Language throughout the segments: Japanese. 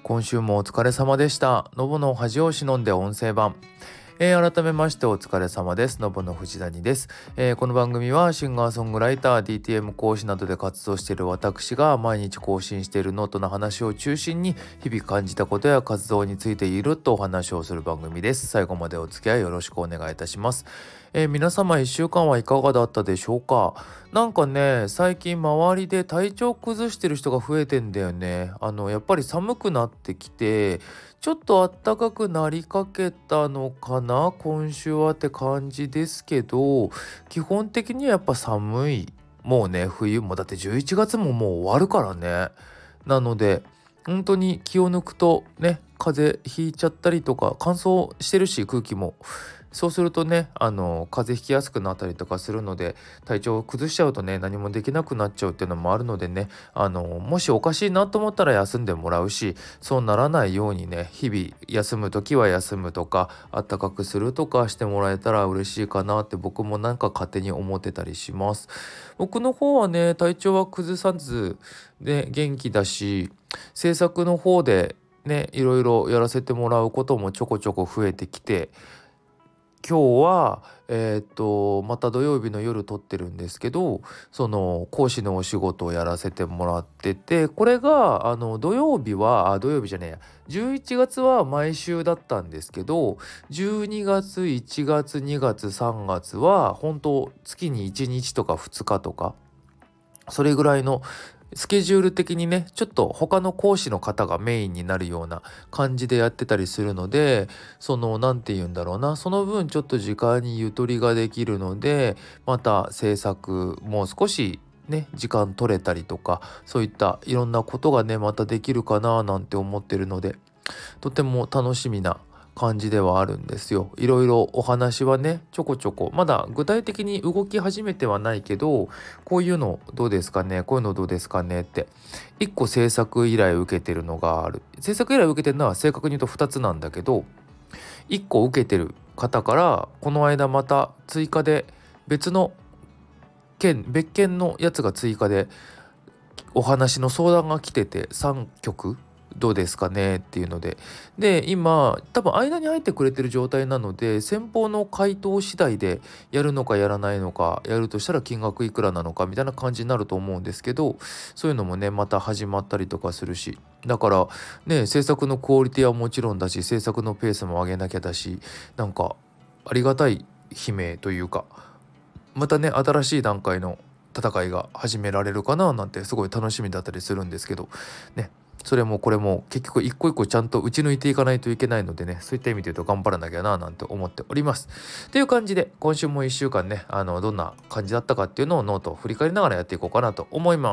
今週もお疲れ様でした。のぼの恥を忍んで音声版。改めましてお疲れ様です。のぼの藤谷です。この番組はシンガーソングライター、DTM 講師などで活動している私が毎日更新しているノートの話を中心に日々感じたことや活動についているとお話をする番組です。最後までお付き合いよろしくお願いいたします。皆様1週間はいかがだったでしょうか。なんかね、最近周りで体調崩してる人が増えてんだよね。やっぱり寒くなってきてちょっと暖かくなりかけたのかな今週はって感じですけど、基本的にはやっぱ寒い。もうね、冬もだって11月ももう終わるからね。なので本当に気を抜くとね、風邪ひいちゃったりとか、乾燥してるし空気も、そうするとね、風邪ひきやすくなったりとかするので、体調を崩しちゃうとね、何もできなくなっちゃうっていうのもあるのでね、もしおかしいなと思ったら休んでもらうし、そうならないようにね、日々休む時は休むとか、あったかくするとかしてもらえたら嬉しいかなって僕もなんか勝手に思ってたりします。僕の方はね、体調は崩さずで元気だし、制作の方でね、いろいろやらせてもらうこともちょこちょこ増えてきて、今日はまた土曜日の夜撮ってるんですけど、その講師のお仕事をやらせてもらってて、これが土曜日は土曜日じゃねえや、11月は毎週だったんですけど、12月1月2月3月は本当月に1日とか2日とか、それぐらいのスケジュール的にね、ちょっと他の講師の方がメインになるような感じでやってたりするので、なんて言うんだろうな、その分ちょっと時間にゆとりができるので、また制作もう少しね、時間取れたりとか、そういったいろんなことがね、またできるかななんて思ってるので、とても楽しみな感じではあるんですよ。いろいろお話はね、ちょこちょこまだ具体的に動き始めてはないけど、こういうのどうですかね、こういうのどうですかねって一個制作依頼を受けてるのがある。制作依頼を受けてるのは正確に言うと2つなんだけど、1個受けてる方からこの間また追加で別の別件のやつが追加でお話の相談が来てて、3曲どうですかねっていうので、今多分間に入ってくれてる状態なので、先方の回答次第でやるのかやらないのか、やるとしたら金額いくらなのかみたいな感じになると思うんですけど、そういうのもねまた始まったりとかするし、だからね、制作のクオリティはもちろんだし、制作のペースも上げなきゃだし、なんかありがたい悲鳴というか、またね新しい段階の戦いが始められるかななんてすごい楽しみだったりするんですけどね。それもこれも結局一個一個ちゃんと打ち抜いていかないといけないのでね、そういった意味で言うと頑張らなきゃななんて思っております。という感じで今週も1週間ね、どんな感じだったかっていうのをノートを振り返りながらやっていこうかなと思います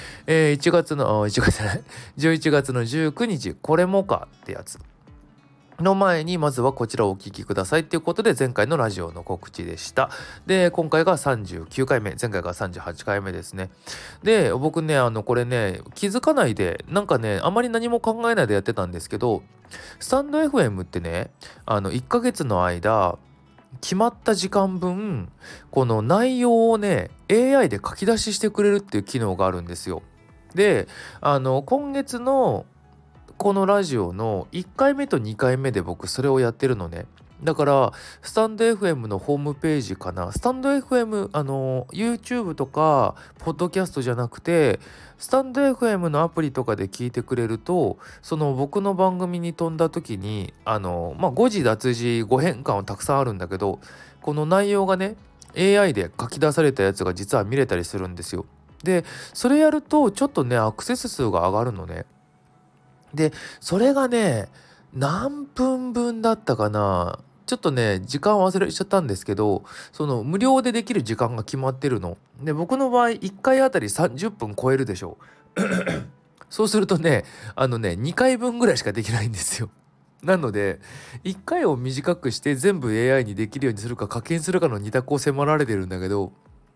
。1月の1月じゃない11月の19日これもかってやつの前に、まずはこちらをお聞きくださいっていうことで、前回のラジオの告知でした。で、今回が39回目、前回が38回目ですね。で、僕ね、これね、気づかないで、なんかね、あまり何も考えないでやってたんですけど、スタンド FM ってね、1ヶ月の間、決まった時間分、この内容をね、AI で書き出ししてくれるっていう機能があるんですよ。で、今月のこのラジオの1回目と2回目で僕それをやってるのね。だからスタンド FM のホームページかな、スタンド FM YouTube とかポッドキャストじゃなくて、スタンド FM のアプリとかで聞いてくれると、その僕の番組に飛んだ時に誤字脱字誤変換はたくさんあるんだけど、この内容がね AI で書き出されたやつが実は見れたりするんですよ。でそれやるとちょっとねアクセス数が上がるのね。で、それがね、何分分だったかな。ちょっとね、時間忘れちゃったんですけど、その無料でできる時間が決まってるの。で、僕の場合、1回あたり30分超えるでしょう。そうするとね、2回分ぐらいしかできないんですよ。なので、1回を短くして全部 AI にできるようにするか課金するかの2択を迫られてるんだけど、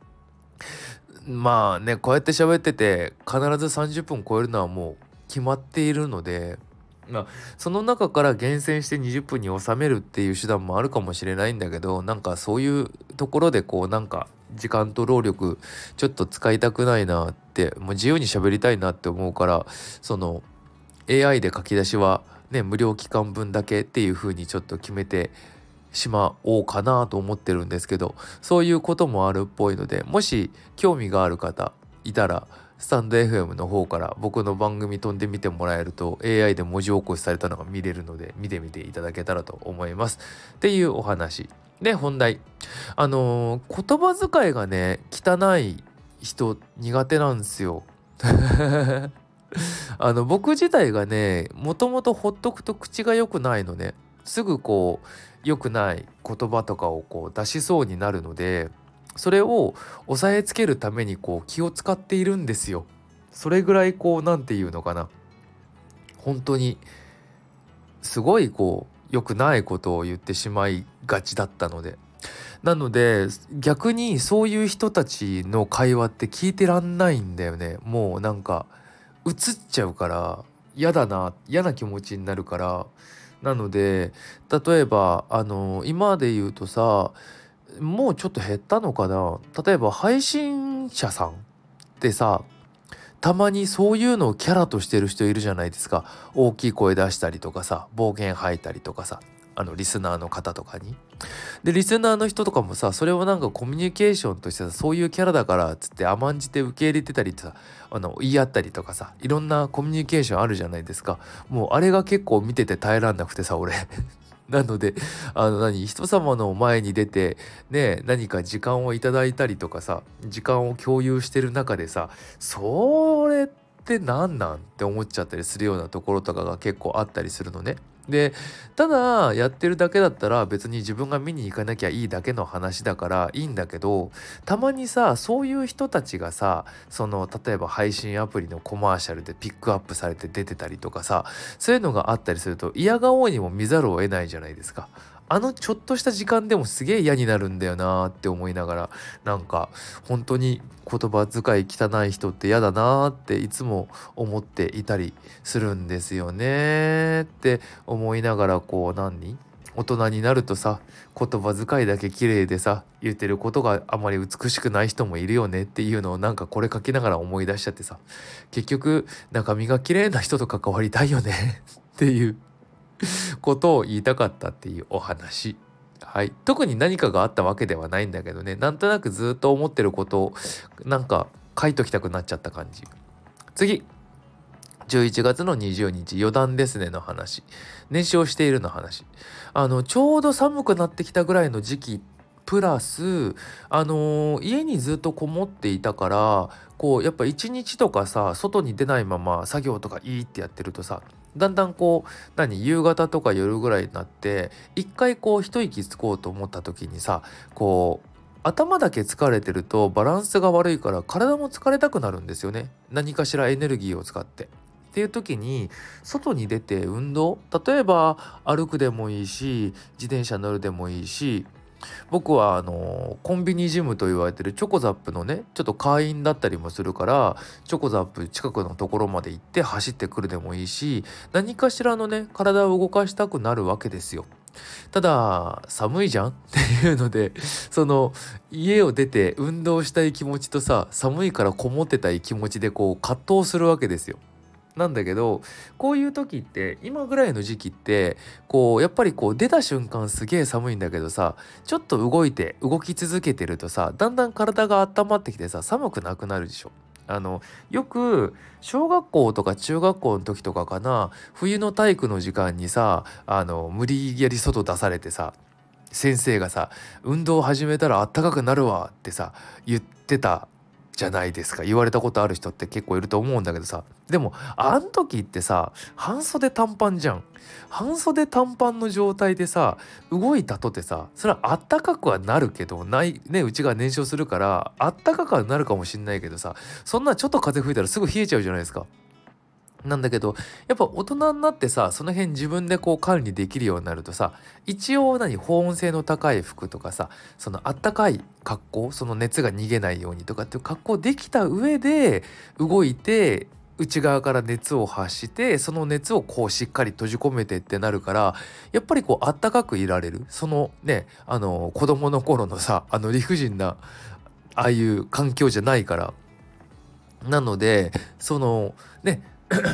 まあね、こうやって喋ってて必ず30分超えるのはもう決まっているので、その中から厳選して20分に収めるっていう手段もあるかもしれないんだけど、なんかそういうところでこうなんか時間と労力ちょっと使いたくないなって、もう自由に喋りたいなって思うから、 AI で書き出しはね無料期間分だけっていう風にちょっと決めてしまおうかなと思ってるんですけど、そういうこともあるっぽいので、もし興味がある方いたらスタンド FM の方から僕の番組飛んでみてもらえると AI で文字起こしされたのが見れるので見てみていただけたらと思いますっていうお話で、本題。言葉遣いがね汚い人苦手なんですよ。僕自体がねもともとほっとくと口が良くないのね。すぐこう良くない言葉とかをこう出しそうになるので、それを押さえつけるためにこう気を使っているんですよ。それぐらいこうなんていうのかな、本当にすごいこう良くないことを言ってしまいがちだったので、なので逆にそういう人たちの会話って聞いてらんないんだよね。もうなんか映っちゃうから嫌な気持ちになるから。なので例えば今で言うとさ、もうちょっと減ったのかな、例えば配信者さんってさ、たまにそういうのをキャラとしてる人いるじゃないですか。大きい声出したりとかさ、暴言吐いたりとかさ、リスナーの方とかに。でリスナーの人とかもさ、それをなんかコミュニケーションとしてさ、そういうキャラだからっつって甘んじて受け入れてたりってさ、言い合ったりとかさ、いろんなコミュニケーションあるじゃないですか。もうあれが結構見てて耐えらんなくてさ俺なので人様の前に出てね、何か時間をいただいたりとかさ、時間を共有してる中でさ、それって何なんって思っちゃったりするようなところとかが結構あったりするのね。でただやってるだけだったら別に自分が見に行かなきゃいいだけの話だからいいんだけど、たまにさそういう人たちがさ、例えば配信アプリのコマーシャルでピックアップされて出てたりとかさ、そういうのがあったりすると嫌顔にも見ざるを得ないじゃないですか。ちょっとした時間でもすげえ嫌になるんだよなーって思いながら、なんか本当に言葉遣い汚い人って嫌だなーっていつも思っていたりするんですよねって思いながら、こう大人になるとさ、言葉遣いだけ綺麗でさ言ってることがあまり美しくない人もいるよねっていうのをなんかこれ書きながら思い出しちゃってさ、結局中身が綺麗な人と関わりたいよねっていうことを言いたかったっていうお話。はい、特に何かがあったわけではないんだけどね、なんとなくずっと思ってることをなんか書いときたくなっちゃった感じ。次、11月の20日余談ですねの話、燃焼しているの話。ちょうど寒くなってきたぐらいの時期プラス家にずっとこもっていたから、こうやっぱ一日とかさ外に出ないまま作業とかいいってやってるとさ、だんだんこう夕方とか夜ぐらいになって一回こう一息つこうと思った時にさ、こう頭だけ疲れてるとバランスが悪いから体も疲れたくなるんですよね。何かしらエネルギーを使ってっていう時に外に出て運動、例えば歩くでもいいし自転車乗るでもいいし、僕はコンビニジムと言われてるチョコザップのねちょっと会員だったりもするから、チョコザップ近くのところまで行って走ってくるでもいいし、何かしらのね体を動かしたくなるわけですよ。ただ寒いじゃんっていうので、家を出て運動したい気持ちとさ、寒いからこもってたい気持ちでこう葛藤するわけですよ。なんだけどこういう時って今ぐらいの時期ってこうやっぱりこう出た瞬間すげえ寒いんだけどさ、ちょっと動き続けてるとさ、だんだん体が温まってきてさ寒くなくなるでしょ。よく小学校とか中学校の時とかかな、冬の体育の時間にさ無理やり外出されてさ、先生がさ運動始めたらあったかくなるわってさ言ってたじゃないですか。言われたことある人って結構いると思うんだけどさ、でもあん時ってさ半袖短パンじゃん。半袖短パンの状態でさ動いたとてさ、それはあったかくはなるけどないね、うちが燃焼するからあったかくはなるかもしんないけどさ、そんなちょっと風吹いたらすぐ冷えちゃうじゃないですか。なんだけどやっぱ大人になってさ、その辺自分でこう管理できるようになるとさ、一応保温性の高い服とかさ、あったかい格好、熱が逃げないようにとかっていう格好できた上で動いて、内側から熱を発してその熱をこうしっかり閉じ込めてってなるから、やっぱりこうあったかくいられる。子供の頃のさ理不尽なああいう環境じゃないから。なのでね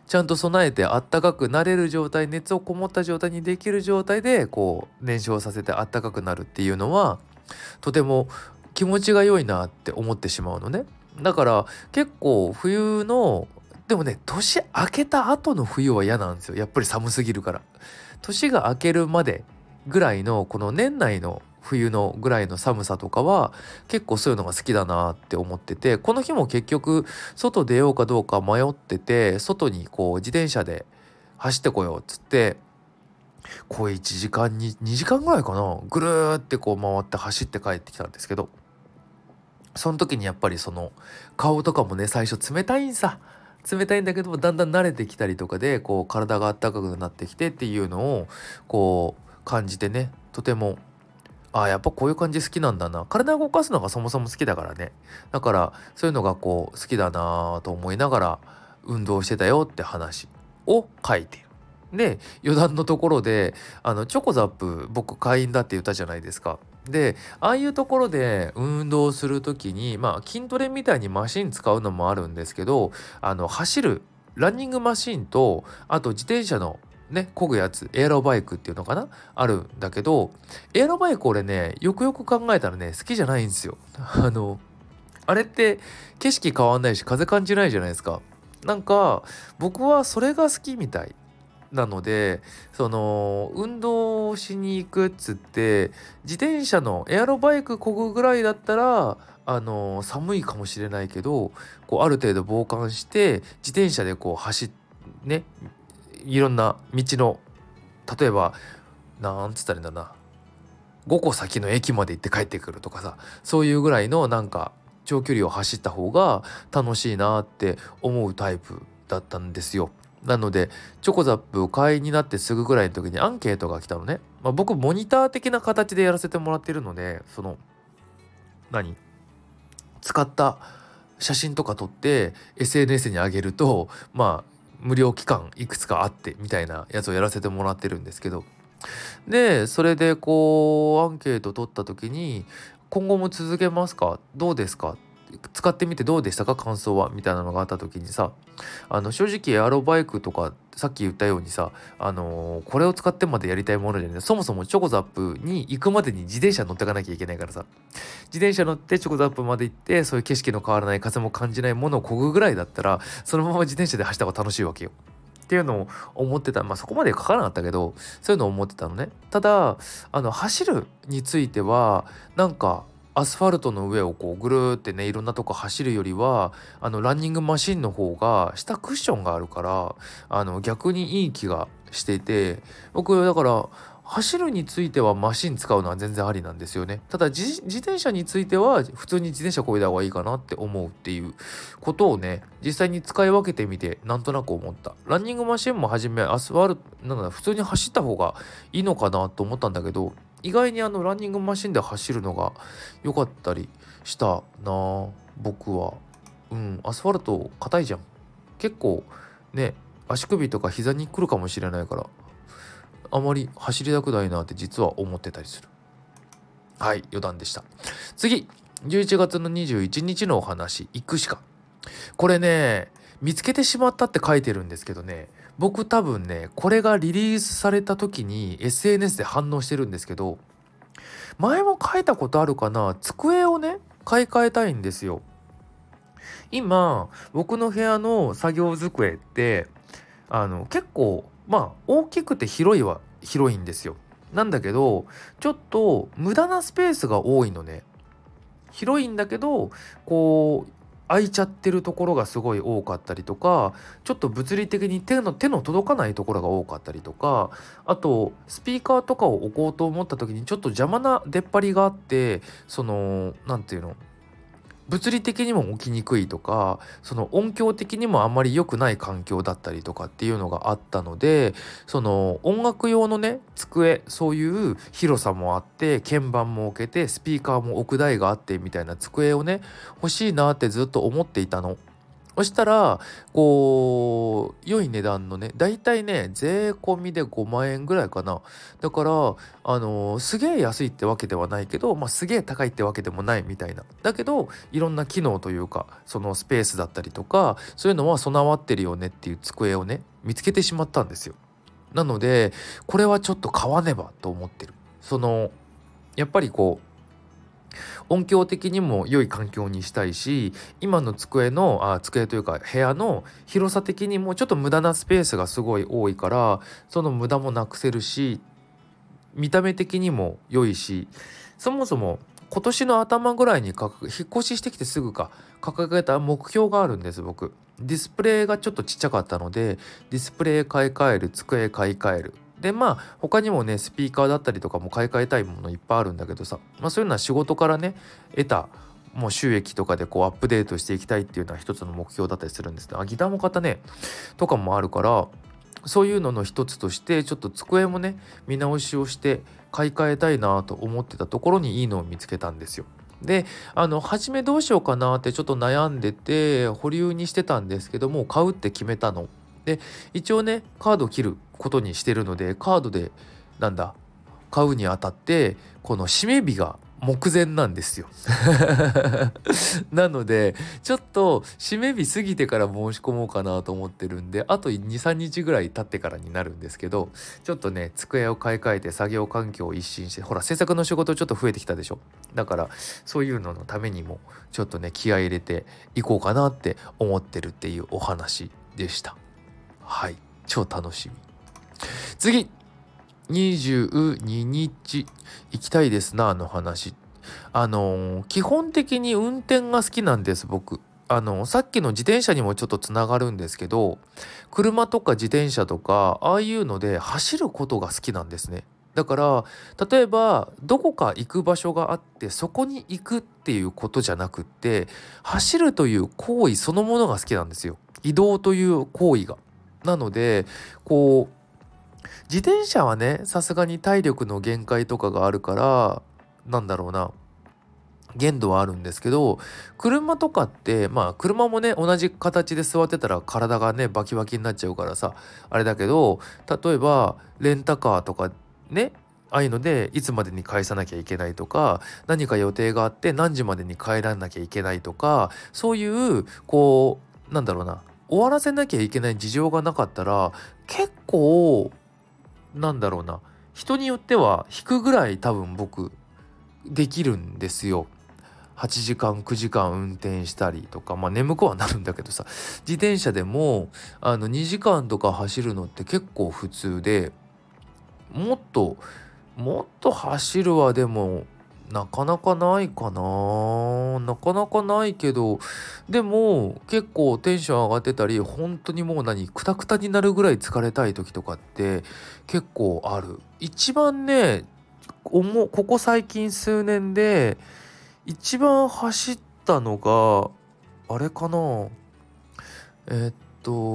ちゃんと備えてあったかくなれる状態、熱をこもった状態にできる状態でこう燃焼させてあったかくなるっていうのはとても気持ちが良いなって思ってしまうのね。だから結構冬のでもね、年明けた後の冬は嫌なんですよ。やっぱり寒すぎるから。年が明けるまでぐらいのこの年内の冬のぐらいの寒さとかは結構そういうのが好きだなって思ってて、この日も結局外出ようかどうか迷ってて、外にこう自転車で走ってこようっつってこう1時間に2時間ぐらいかな、ぐるーってこう回って走って帰ってきたんですけど、その時にやっぱりその顔とかもね、最初冷たいんさ。冷たいんだけどもだんだん慣れてきたりとかでこう体が温かくなってきてっていうのをこう感じてね、とてもやっぱこういう感じ好きなんだな。体を動かすのがそもそも好きだからね。だからそういうのがこう好きだなと思いながら運動してたよって話を書いている。で余談のところでチョコザップ僕会員だって言ったじゃないですか。でああいうところで運動する時に筋トレみたいにマシン使うのもあるんですけど、走るランニングマシンとあと自転車のね漕ぐやつエアロバイクっていうのかな、あるんだけど、エアロバイク俺ねよくよく考えたらね好きじゃないんですよ。あれって景色変わんないし風感じないじゃないですか。なんか僕はそれが好きみたいなので、その運動しに行くっつって自転車のエアロバイク漕ぐぐらいだったら寒いかもしれないけどこうある程度防寒して自転車でこう走ってね、いろんな道の例えばなんつったらいいんだな、5個先の駅まで行って帰ってくるとかさ、そういうぐらいのなんか長距離を走った方が楽しいなって思うタイプだったんですよ。なのでチョコザップを会員になってすぐぐらいの時にアンケートが来たのね。僕モニター的な形でやらせてもらってるので、その使った写真とか撮って SNS に上げると無料期間いくつかあってみたいなやつをやらせてもらってるんですけど、でそれでこうアンケート取った時に今後も続けますかどうですか、使ってみてどうでしたか感想はみたいなのがあった時にさ、正直エアロバイクとかさっき言ったようにさ、これを使ってまでやりたいものじゃね、そもそもチョコザップに行くまでに自転車乗ってかなきゃいけないからさ、自転車乗ってチョコザップまで行ってそういう景色の変わらない風も感じないものを漕ぐぐらいだったらそのまま自転車で走った方が楽しいわけよっていうのを思ってた。そこまで書かなかったけどそういうのを思ってたのね。ただ走るについてはなんかアスファルトの上をこうぐるーってねいろんなとこ走るよりはランニングマシンの方が下クッションがあるから逆にいい気がしていて、僕だから走るについてはマシン使うのは全然ありなんですよね。ただ自転車については普通に自転車こいだ方がいいかなって思うっていうことをね実際に使い分けてみてなんとなく思った。ランニングマシンも初めアスファルト普通に走った方がいいのかなと思ったんだけど、意外にランニングマシンで走るのが良かったりしたな僕は。アスファルト硬いじゃん。結構ね足首とか膝に来るかもしれないからあまり走りたくないなって実は思ってたりする。はい、余談でした。次、11月の21日のお話、行くしか。これね、見つけてしまったって書いてるんですけどね、僕多分ね、これがリリースされた時に SNS で反応してるんですけど、前も書いたことあるかな、机をね、買い替えたいんですよ。今、僕の部屋の作業机って、結構大きくて広いは広いんですよ。なんだけどちょっと無駄なスペースが多いのね。広いんだけどこう空いちゃってるところがすごい多かったりとか、ちょっと物理的に手の届かないところが多かったりとか、あとスピーカーとかを置こうと思った時にちょっと邪魔な出っ張りがあって、そのなんていうの、物理的にも起きにくいとか、その音響的にもあんまり良くない環境だったりとかっていうのがあったので、その音楽用のね机、そういう広さもあって鍵盤も置けてスピーカーも置く台があってみたいな机をね欲しいなってずっと思っていたの。 そしたら良い値段のね、だいたいね税込みで5万円ぐらいかな。だからすげえ安いってわけではないけど、すげえ高いってわけでもないみたいな。だけどいろんな機能というか、そのスペースだったりとかそういうのは備わってるよねっていう机をね見つけてしまったんですよ。なのでこれはちょっと買わねばと思ってる。やっぱり音響的にも良い環境にしたいし、今の机というか部屋の広さ的にもちょっと無駄なスペースがすごい多いから、その無駄もなくせるし、見た目的にも良いし、そもそも今年の頭ぐらいに引っ越ししてきてすぐ掲げた目標があるんです。僕ディスプレイがちょっとちっちゃかったので、ディスプレイ買い替える、机買い替えるで、他にもねスピーカーだったりとかも買い替えたいものいっぱいあるんだけどさ、そういうのは仕事からね得たもう収益とかでアップデートしていきたいっていうのは一つの目標だったりするんですね。ギターも買ったねとかもあるから、そういうのの一つとしてちょっと机もね見直しをして買い替えたいなと思ってたところにいいのを見つけたんですよ。で初めどうしようかなってちょっと悩んでて保留にしてたんですけども、買うって決めたので、一応ねカード切ることにしてるので、カードで買うにあたってこの締め日が目前なんですよなのでちょっと締め日過ぎてから申し込もうかなと思ってるんで、あと 2,3 日ぐらい経ってからになるんですけど、ちょっとね机を買い替えて作業環境を一新して、ほら制作の仕事ちょっと増えてきたでしょ。だからそういうののためにもちょっとね気合い入れていこうかなって思ってるっていうお話でした。はい、超楽しみ。次22日行きたいですなの話。基本的に運転が好きなんです僕。さっきの自転車にもちょっとつながるんですけど、車とか自転車とかああいうので走ることが好きなんですね。だから例えばどこか行く場所があってそこに行くっていうことじゃなくって、走るという行為そのものが好きなんですよ。移動という行為が。なので自転車はねさすがに体力の限界とかがあるから限度はあるんですけど、車とかって車もね同じ形で座ってたら体がねバキバキになっちゃうからさあれだけど、例えばレンタカーとかね、ああいうのでいつまでに返さなきゃいけないとか、何か予定があって何時までに帰らなきゃいけないとか、そういう終わらせなきゃいけない事情がなかったら結構人によっては引くぐらい多分僕できるんですよ。8時間9時間運転したりとか、眠くはなるんだけどさ、自転車でも2時間とか走るのって結構普通で、もっと走るはでもなかなかないかな。なかなかないけど、でも結構テンション上がってたり、本当にもうクタクタになるぐらい疲れたい時とかって結構ある。一番ねここ最近数年で一番走ったのがあれかな。えっ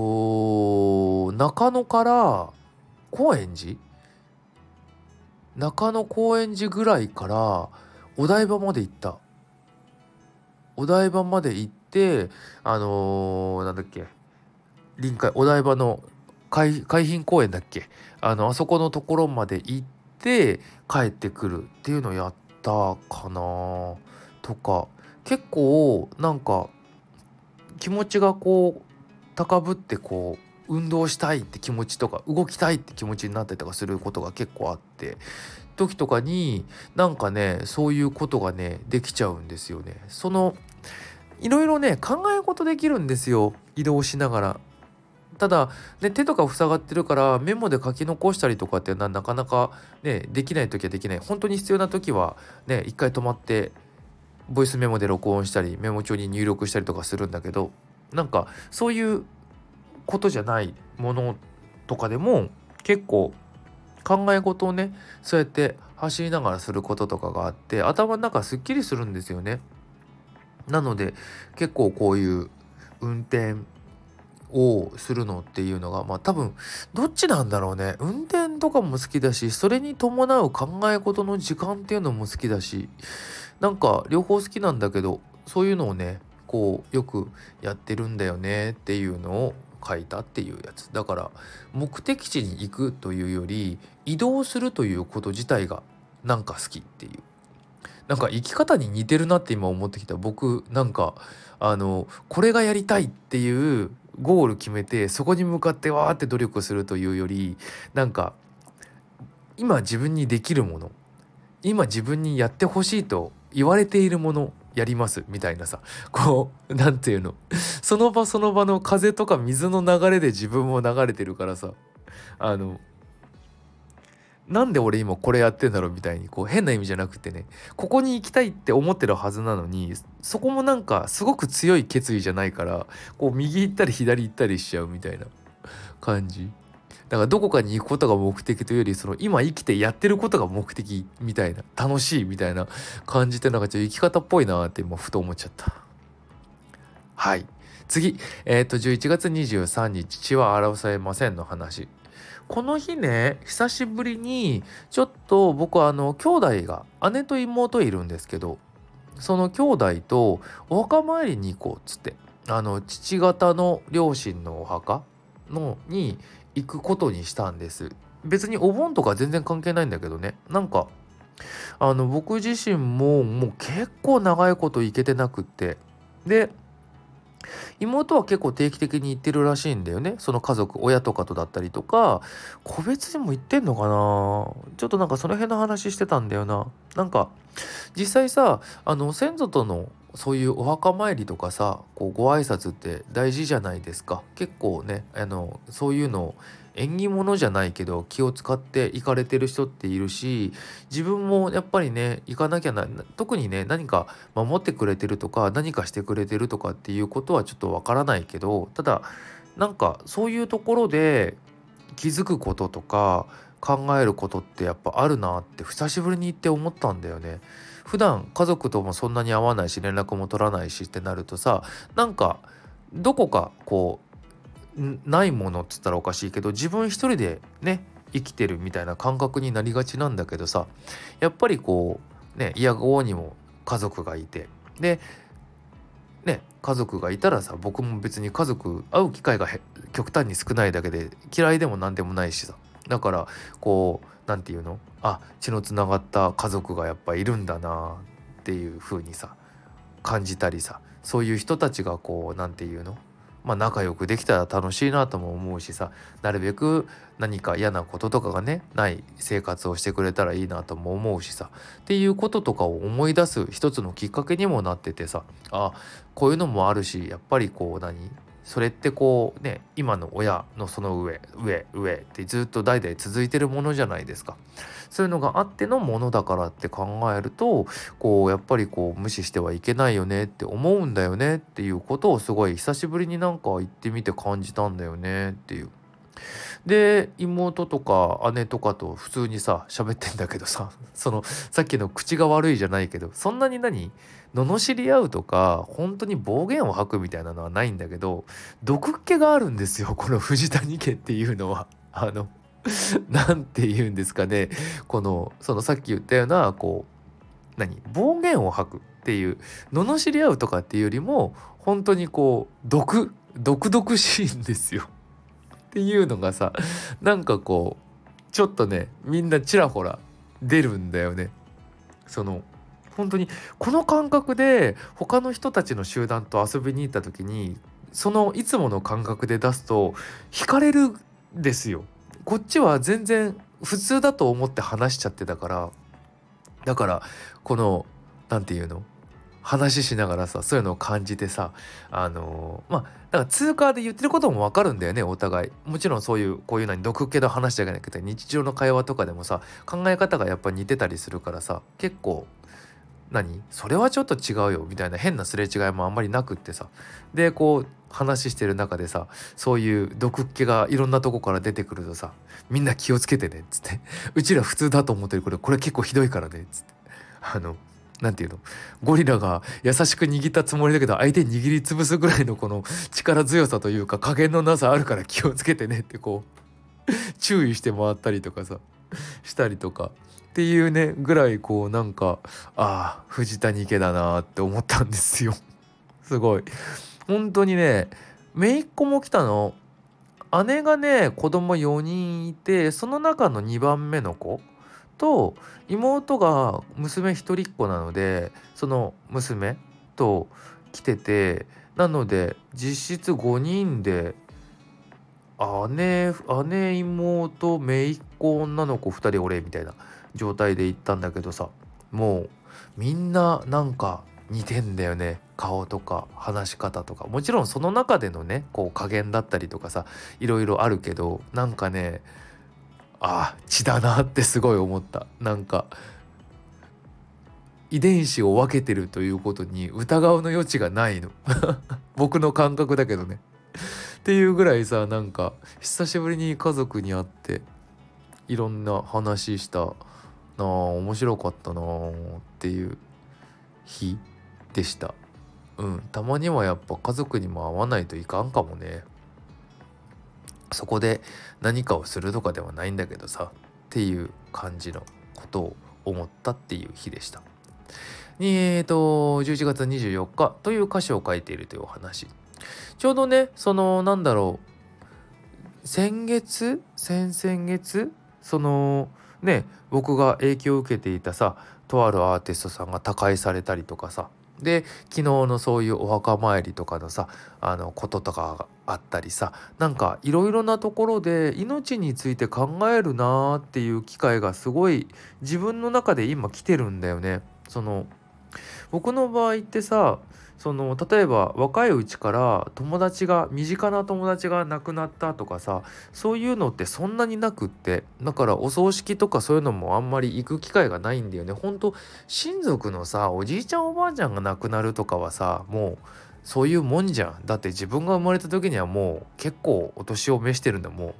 中野から高円寺中野高円寺ぐらいからお台場まで行った。お台場まで行って、なんだっけ、お台場の海浜公園だっけ、あそこのところまで行って帰ってくるっていうのをやったかなとか、結構気持ちが高ぶって運動したいって気持ちとか動きたいって気持ちになったりとかすることが結構あって、時とかにそういうことがねできちゃうんですよね。いろいろね考え事できるんですよ、移動しながら。ただね手とか塞がってるからメモで書き残したりとかってなかなかねできない時はできない。本当に必要な時はね一回止まってボイスメモで録音したりメモ帳に入力したりとかするんだけど、そういうことじゃないものとかでも結構考え事をねそうやって走りながらすることとかがあって、頭の中すっきりするんですよね。なので結構こういう運転をするのっていうのが多分どっちなんだろうね。運転とかも好きだし、それに伴う考え事の時間っていうのも好きだし、両方好きなんだけど、そういうのをねこうよくやってるんだよねっていうのを書いたっていうやつだから、目的地に行くというより移動するということ自体がなんか好きっていう、なんか生き方に似てるなって今思ってきた。僕なんかこれがやりたいっていうゴール決めてそこに向かってわーって努力するというより、なんか今自分にできるもの、今自分にやってほしいと言われているものやりますみたいなさ、こうなんていうの、その場その場の風とか水の流れで自分も流れてるからさ、あのなんで俺今これやってんだろうみたいに、こう変な意味じゃなくてね、ここに行きたいって思ってるはずなのに、そこもなんかすごく強い決意じゃないから、こう右行ったり左行ったりしちゃうみたいな感じ。だからどこかに行くことが目的というより、その今生きてやってることが目的みたいな、楽しいみたいな感じって、なんかちょっと生き方っぽいなって今ふと思っちゃった。はい、次、11月23日血は争えませんの話。この日ね、久しぶりにちょっと僕は兄弟が、姉と妹いるんですけど、その兄弟とお墓参りに行こうっつって、父方の両親のお墓に行くことにしたんです。別にお盆とか全然関係ないんだけどね、なんか僕自身ももう結構長いこと行けてなくって、で妹は結構定期的に行ってるらしいんだよね。その家族、親とかとだったりとか、個別にも行ってんのかな、ちょっとなんかその辺の話してたんだよな。なんか実際さ、先祖とのそういうお墓参りとかさ、こうご挨拶って大事じゃないですか。結構ね、そういうの縁起物じゃないけど気を使って行かれてる人っているし、自分もやっぱりね行かなきゃ特にね、何か守ってくれてるとか何かしてくれてるとかっていうことはちょっとわからないけど、ただなんかそういうところで気づくこととか考えることってやっぱあるなって久しぶりに行って思ったんだよね。普段家族ともそんなに会わないし連絡も取らないしってなるとさ、なんかどこかこうないものっつったらおかしいけど、自分一人でね生きてるみたいな感覚になりがちなんだけどさ、やっぱりこうね、嫌顔にも家族がいて、でね、家族がいたらさ、僕も別に家族会う機会が極端に少ないだけで嫌いでもなんでもないしさ、だからこうなんていうの、血のつながった家族がやっぱいるんだなっていう風にさ感じたりさ、そういう人たちがこうなんていうの、仲良くできたら楽しいなとも思うしさ、なるべく何か嫌なこととかがねない生活をしてくれたらいいなとも思うしさ、っていうこととかを思い出す一つのきっかけにもなっててさ、こういうのもあるし、やっぱりこうそれってこうね、今の親のその上ってずっと代々続いてるものじゃないですか。そういうのがあってのものだからって考えると、こうやっぱりこう無視してはいけないよねって思うんだよねっていうことをすごい久しぶりになんか言ってみて感じたんだよねっていう。で妹とか姉とかと普通にさ喋ってんだけどさ、そのさっきの口が悪いじゃないけど、そんなに罵り合うとか本当に暴言を吐くみたいなのはないんだけど、毒っ気があるんですよ、この藤谷家っていうのは。なんて言うんですかね、そのさっき言ったようなこう暴言を吐くっていう、罵り合うとかっていうよりも本当にこう毒々しいんですよっていうのがさ、なんかこうちょっとねみんなちらほら出るんだよね。本当にこの感覚で他の人たちの集団と遊びに行った時に、そのいつもの感覚で出すと惹かれるんですよ。こっちは全然普通だと思って話しちゃってたから、だからこのなんていうの、話しながらさそういうのを感じてさ、だから通過で言ってることもわかるんだよね、お互い。もちろんそういうこういう毒気の話じゃなくて日常の会話とかでもさ考え方がやっぱ似てたりするからさ、結構それはちょっと違うよみたいな変なすれ違いもあんまりなくってさ、でこう話してる中でさ、そういう毒っ気がいろんなとこから出てくるとさ、みんな気をつけてねっつって、うちら普通だと思ってるこれ結構ひどいからねっつって、なんていうの、ゴリラが優しく握ったつもりだけど相手握りつぶすぐらいのこの力強さというか加減のなさあるから気をつけてねってこう注意して回ったりとかさしたりとかっていうねぐらい、こう藤谷家だなって思ったんですよ。 すごい本当にね、姪っ子も来たの。姉がね子供4人いて、その中の2番目の子と、妹が娘一人っ子なので、その娘と来てて、なので実質5人で、妹、姪っ子、女の子2人俺みたいな状態で行ったんだけどさ、もうみんななんか似てんだよね。顔とか話し方とか、もちろんその中でのねこう加減だったりとかさ、いろいろあるけど、なんかね、血だなってすごい思った。なんか遺伝子を分けてるということに疑うの余地がないの僕の感覚だけどねっていうぐらいさ、なんか久しぶりに家族に会っていろんな話したなあ、面白かったなあっていう日でした。たまにはやっぱ家族にも会わないといかんかもね。そこで何かをするとかではないんだけどさっていう感じのことを思ったっていう日でした。11月24日という歌詞を書いているというお話。ちょうどね、その先々月、そのね、僕が影響を受けていたさ、とあるアーティストさんが他界されたりとかさ、で昨日のそういうお墓参りとかのさ、こととかがあったりさ、なんかいろいろなところで命について考えるなーっていう機会がすごい自分の中で今来てるんだよね。僕の場合ってさ、例えば若いうちから身近な友達が亡くなったとかさ、そういうのってそんなになくって、だからお葬式とかそういうのもあんまり行く機会がないんだよね。ほんと親族のさ、おじいちゃんおばあちゃんが亡くなるとかはさ、もうそういうもんじゃん。だって自分が生まれた時にはもう結構お年を召してるんだもん。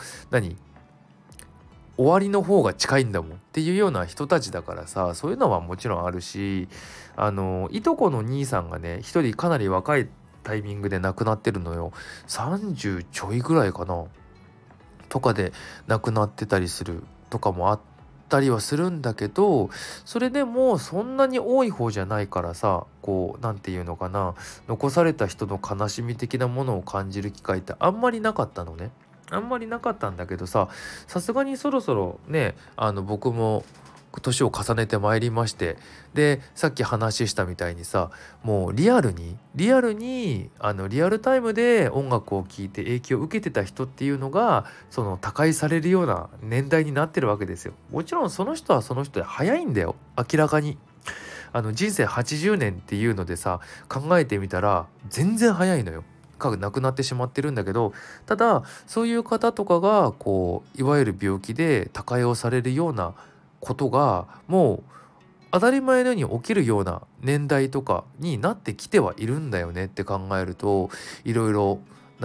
終わりの方が近いんだもんっていうような人たちだからさ、そういうのはもちろんあるし、いとこの兄さんがね一人かなり若いタイミングで亡くなってるのよ。30ちょいぐらいかなとかで亡くなってたりするとかもあったりはするんだけど、それでもそんなに多い方じゃないからさ、こうなんていうのかな、残された人の悲しみ的なものを感じる機会ってあんまりなかったのね。あんまりなかったんだけどさ、さすがにそろそろね、僕も年を重ねてまいりまして、でさっき話したみたいにさ、もうリアルリアルタイムで音楽を聴いて影響を受けてた人っていうのがその他界されるような年代になってるわけですよ。もちろんその人はその人で早いんだよ、明らかに。人生80年っていうのでさ、考えてみたら全然早いのよ。亡くなってしまってるんだけど、ただそういう方とかがこういわゆる病気で他界をされるようなことがもう当たり前のように起きるような年代とかになってきてはいるんだよねって考えると、いろいろ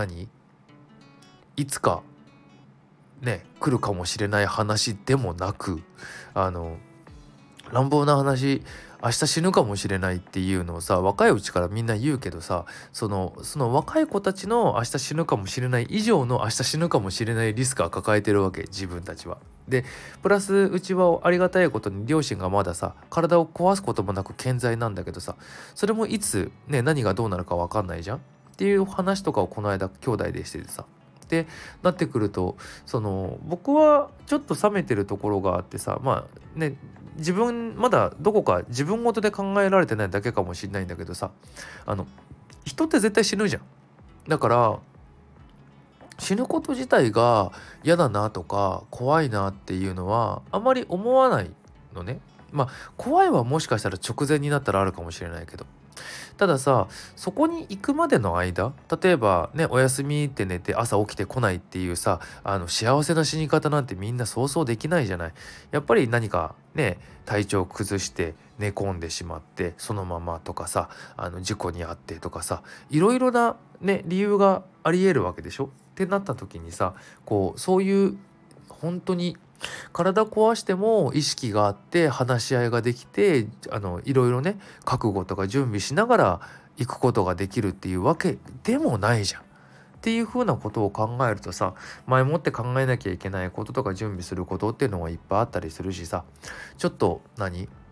いつかね来るかもしれない話でもなく、あの乱暴な話、明日死ぬかもしれないっていうのをさ、若いうちからみんな言うけどさ、その若い子たちの明日死ぬかもしれない以上の明日死ぬかもしれないリスクは抱えてるわけ、自分たちは。でプラスうちはありがたいことに両親がまださ体を壊すこともなく健在なんだけどさ、それもいつね何がどうなるか分かんないじゃんっていう話とかをこの間兄弟でしててさ、でなってくると、僕はちょっと冷めてるところがあってさ、自分まだどこか自分ごとで考えられてないだけかもしれないんだけどさ、人って絶対死ぬじゃん。だから死ぬこと自体が嫌だなとか怖いなっていうのはあまり思わないのね。怖いはもしかしたら直前になったらあるかもしれないけど、たださ、そこに行くまでの間、例えばねお休みって寝て朝起きてこないっていうさ、幸せな死に方なんてみんな想像できないじゃない。やっぱり何かね体調崩して寝込んでしまってそのままとかさ、事故に遭ってとかさ、いろいろなね理由がありえるわけでしょってなった時にさ、そういう本当に体壊しても意識があって話し合いができて、いろいろね覚悟とか準備しながら行くことができるっていうわけでもないじゃんっていうふうなことを考えるとさ、前もって考えなきゃいけないこととか準備することっていうのがいっぱいあったりするしさ、ちょっと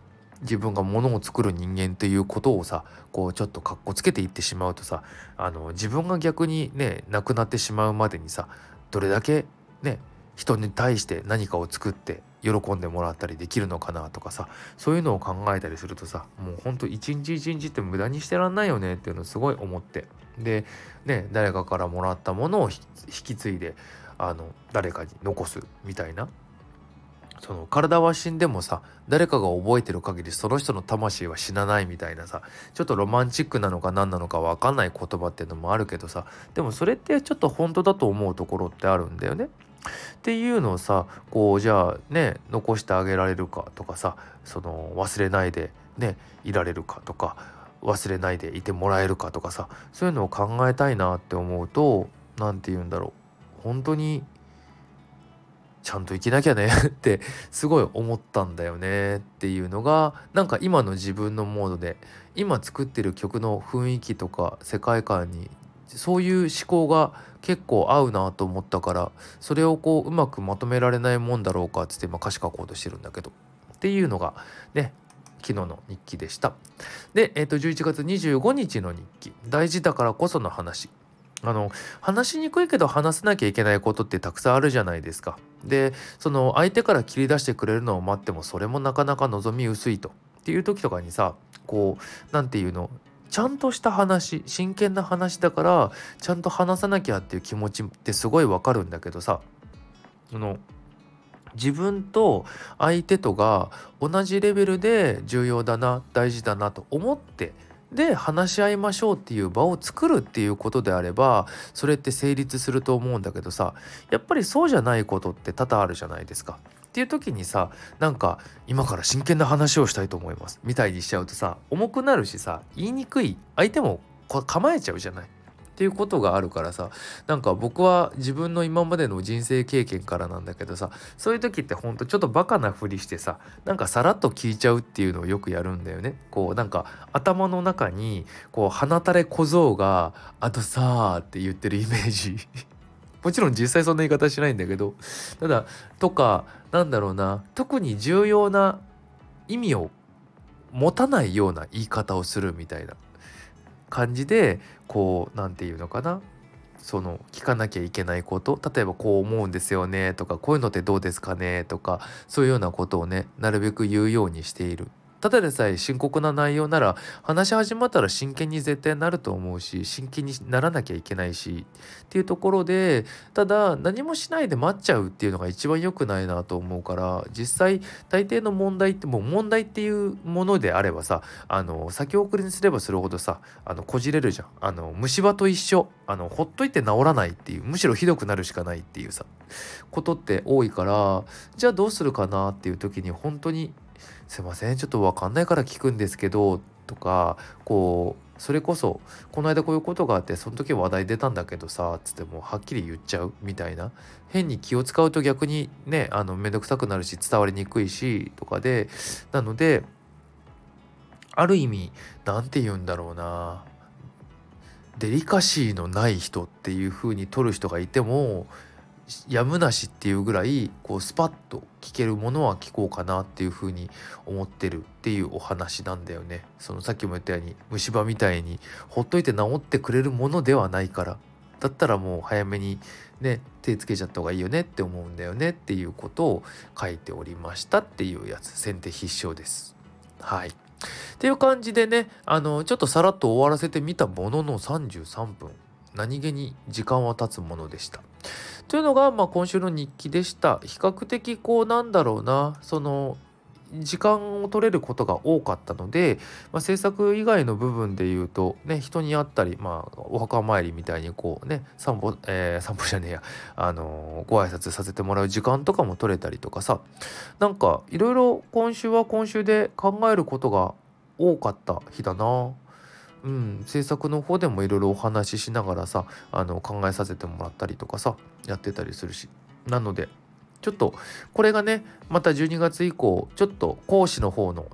自分が物を作る人間っていうことをさこうちょっとかっこつけていってしまうとさ自分が逆にねなくなってしまうまでにさどれだけね人に対して何かを作って喜んでもらったりできるのかなとかさそういうのを考えたりするとさもうほんと一日一日って無駄にしてらんないよねっていうのをすごい思ってでね誰かからもらったものを引き継いで誰かに残すみたいなその体は死んでもさ誰かが覚えてる限りその人の魂は死なないみたいなさちょっとロマンチックなのか何なのか分かんない言葉っていうのもあるけどさでもそれってちょっと本当だと思うところってあるんだよね。っていうのをさこうじゃあね残してあげられるかとかさその忘れないでねいられるかとか忘れないでいてもらえるかとかさそういうのを考えたいなって思うと何て言うんだろう本当にちゃんと生きなきゃねってすごい思ったんだよねっていうのがなんか今の自分のモードで今作ってる曲の雰囲気とか世界観にそういう思考が結構合うなと思ったからそれをこううまくまとめられないもんだろうかっつって今歌詞書こうとしてるんだけどっていうのがね昨日の日記でした。で、11月25日の日記大事だからこその話話しにくいけど話さなきゃいけないことってたくさんあるじゃないですか。でその相手から切り出してくれるのを待ってもそれもなかなか望み薄いとっていう時とかにさこうなんていうのちゃんとした話真剣な話だからちゃんと話さなきゃっていう気持ちってすごいわかるんだけどさその自分と相手とが同じレベルで重要だな大事だなと思ってで話し合いましょうっていう場を作るっていうことであればそれって成立すると思うんだけどさやっぱりそうじゃないことって多々あるじゃないですか。っていう時にさなんか今から真剣な話をしたいと思いますみたいにしちゃうとさ重くなるしさ言いにくい相手も構えちゃうじゃない。っていうことがあるからさなんか僕は自分の今までの人生経験からなんだけどさそういう時ってほんとちょっとバカなふりしてさなんかさらっと聞いちゃうっていうのをよくやるんだよね。こうなんか頭の中にこう鼻垂れ小僧があとさーって言ってるイメージもちろん実際そんな言い方しないんだけどただとかなんだろうな特に重要な意味を持たないような言い方をするみたいな感じでこうなんていうのかなその聞かなきゃいけないこと例えばこう思うんですよねとかこういうのってどうですかねとかそういうようなことをねなるべく言うようにしている。ただでさえ深刻な内容なら話し始まったら真剣に絶対なると思うし真剣にならなきゃいけないしっていうところでただ何もしないで待っちゃうっていうのが一番良くないなと思うから実際大抵の問題ってもう問題っていうものであればさ先送りにすればするほどさこじれるじゃん。虫歯と一緒ほっといて治らないっていうむしろひどくなるしかないっていうさことって多いからじゃあどうするかなっていう時に本当にすいませんちょっと分かんないから聞くんですけどとかこうそれこそこの間こういうことがあってその時話題出たんだけどさつってもうはっきり言っちゃうみたいな変に気を使うと逆にねめんどくさくなるし伝わりにくいしとかでなのである意味なんて言うんだろうなデリカシーのない人っていう風に取る人がいてもやむなしっていうぐらいこうスパッと聞けるものは聞こうかなっていう風に思ってるっていうお話なんだよね。そのさっきも言ったように虫歯みたいにほっといて治ってくれるものではないからだったらもう早めにね手つけちゃった方がいいよねって思うんだよねっていうことを書いておりましたっていうやつ先手必勝です。はいっていう感じでねちょっとさらっと終わらせてみたものの33分何気に時間は経つものでした。というのが、今週の日記でした。比較的こうなんだろうなその時間を取れることが多かったので、制作以外の部分で言うとね人に会ったり、お墓参りみたいにこうね散歩じゃねえやご挨拶させてもらう時間とかも取れたりとかさなんかいろいろ今週は今週で考えることが多かった日だな。制作の方でもいろいろお話ししながらさ考えさせてもらったりとかさやってたりするしなのでちょっとこれがねまた12月以降ちょっと講師の方の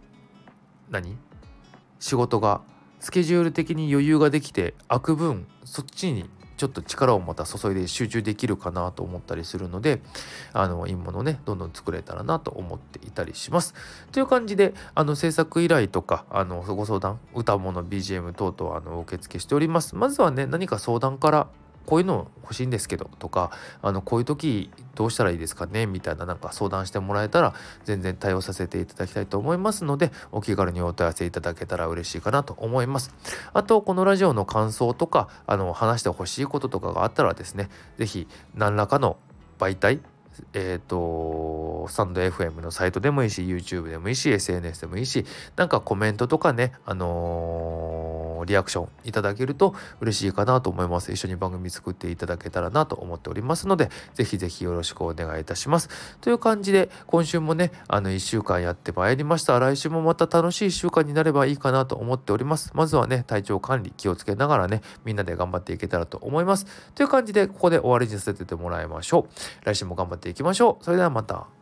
仕事がスケジュール的に余裕ができて空く分そっちにちょっと力をまた注いで集中できるかなと思ったりするので、いいものをねどんどん作れたらなと思っていたりします。という感じで制作依頼とかご相談、歌物 BGM 等々受付しております。まずはね何か相談から、こういうの欲しいんですけどとか、こういう時どうしたらいいですかねみたいな、なんか相談してもらえたら全然対応させていただきたいと思いますので、お気軽にお問い合わせいただけたら嬉しいかなと思います。あとこのラジオの感想とか話してほしいこととかがあったらですね、是非何らかの媒体、スタンド FM のサイトでもいいし、 YouTube でもいいし、 SNS でもいいし、なんかコメントとかね、リアクションいただけると嬉しいかなと思います。一緒に番組作っていただけたらなと思っておりますので、ぜひぜひよろしくお願いいたします。という感じで今週もね1週間やってまいりました。来週もまた楽しい1週間になればいいかなと思っております。まずはね体調管理気をつけながらね、みんなで頑張っていけたらと思います。という感じでここで終わりにさせてもらいましょう。来週も頑張っていきましょう。それではまた。